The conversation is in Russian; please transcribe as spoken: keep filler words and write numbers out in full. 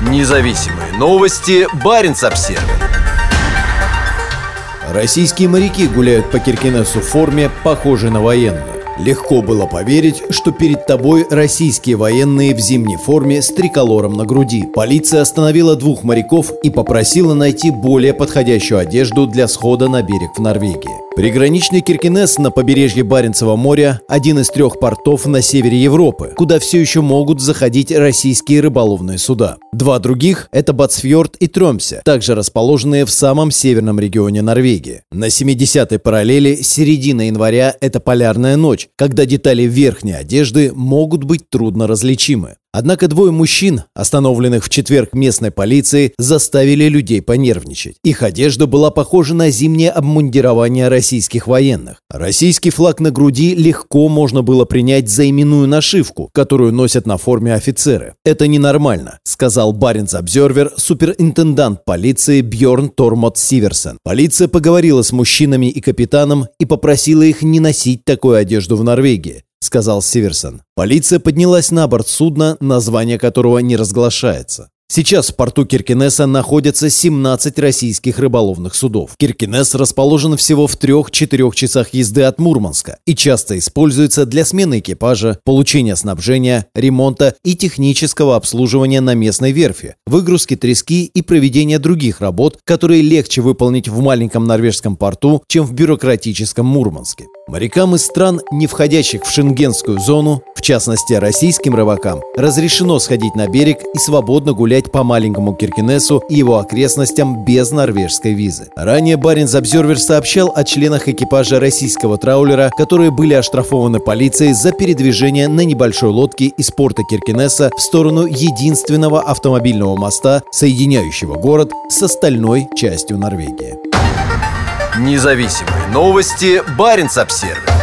Независимые новости. Баренц-Обсервер. Российские моряки гуляют по Киркенесу в форме, похожей на военную. Легко было поверить, что перед тобой российские военные в зимней форме с триколором на груди. Полиция остановила двух моряков и попросила найти более подходящую одежду для схода на берег в Норвегии. Приграничный Киркенес на побережье Баренцева моря – один из трех портов на севере Европы, куда все еще могут заходить российские рыболовные суда. Два других – это Батсфьорд и Тромсе, также расположенные в самом северном регионе Норвегии. На семидесятой параллели середина января – это полярная ночь, когда детали верхней одежды могут быть трудно различимы. Однако двое мужчин, остановленных в четверг местной полицией, заставили людей понервничать. Их одежда была похожа на зимнее обмундирование российских военных. Российский флаг на груди легко можно было принять за именную нашивку, которую носят на форме офицеры. «Это ненормально», — сказал Баренц-Обсервер суперинтендант полиции Бьорн Тормот Сиверсен. Полиция поговорила с мужчинами и капитаном и попросила их не носить такую одежду в Норвегии, сказал Сиверсен. Полиция поднялась на борт судна, название которого не разглашается. Сейчас в порту Киркенеса находятся семнадцать российских рыболовных судов. Киркенес расположен всего в трех-четырех часах езды от Мурманска и часто используется для смены экипажа, получения снабжения, ремонта и технического обслуживания на местной верфи, выгрузки трески и проведения других работ, которые легче выполнить в маленьком норвежском порту, чем в бюрократическом Мурманске. Морякам из стран, не входящих в шенгенскую зону, в частности российским рыбакам, разрешено сходить на берег и свободно гулять по маленькому Киркенесу и его окрестностям без норвежской визы. Ранее Баренц-Обсервер сообщал о членах экипажа российского траулера, которые были оштрафованы полицией за передвижение на небольшой лодке из порта Киркенеса в сторону единственного автомобильного моста, соединяющего город с остальной частью Норвегии. Независимые новости. Баренц-Обсервер.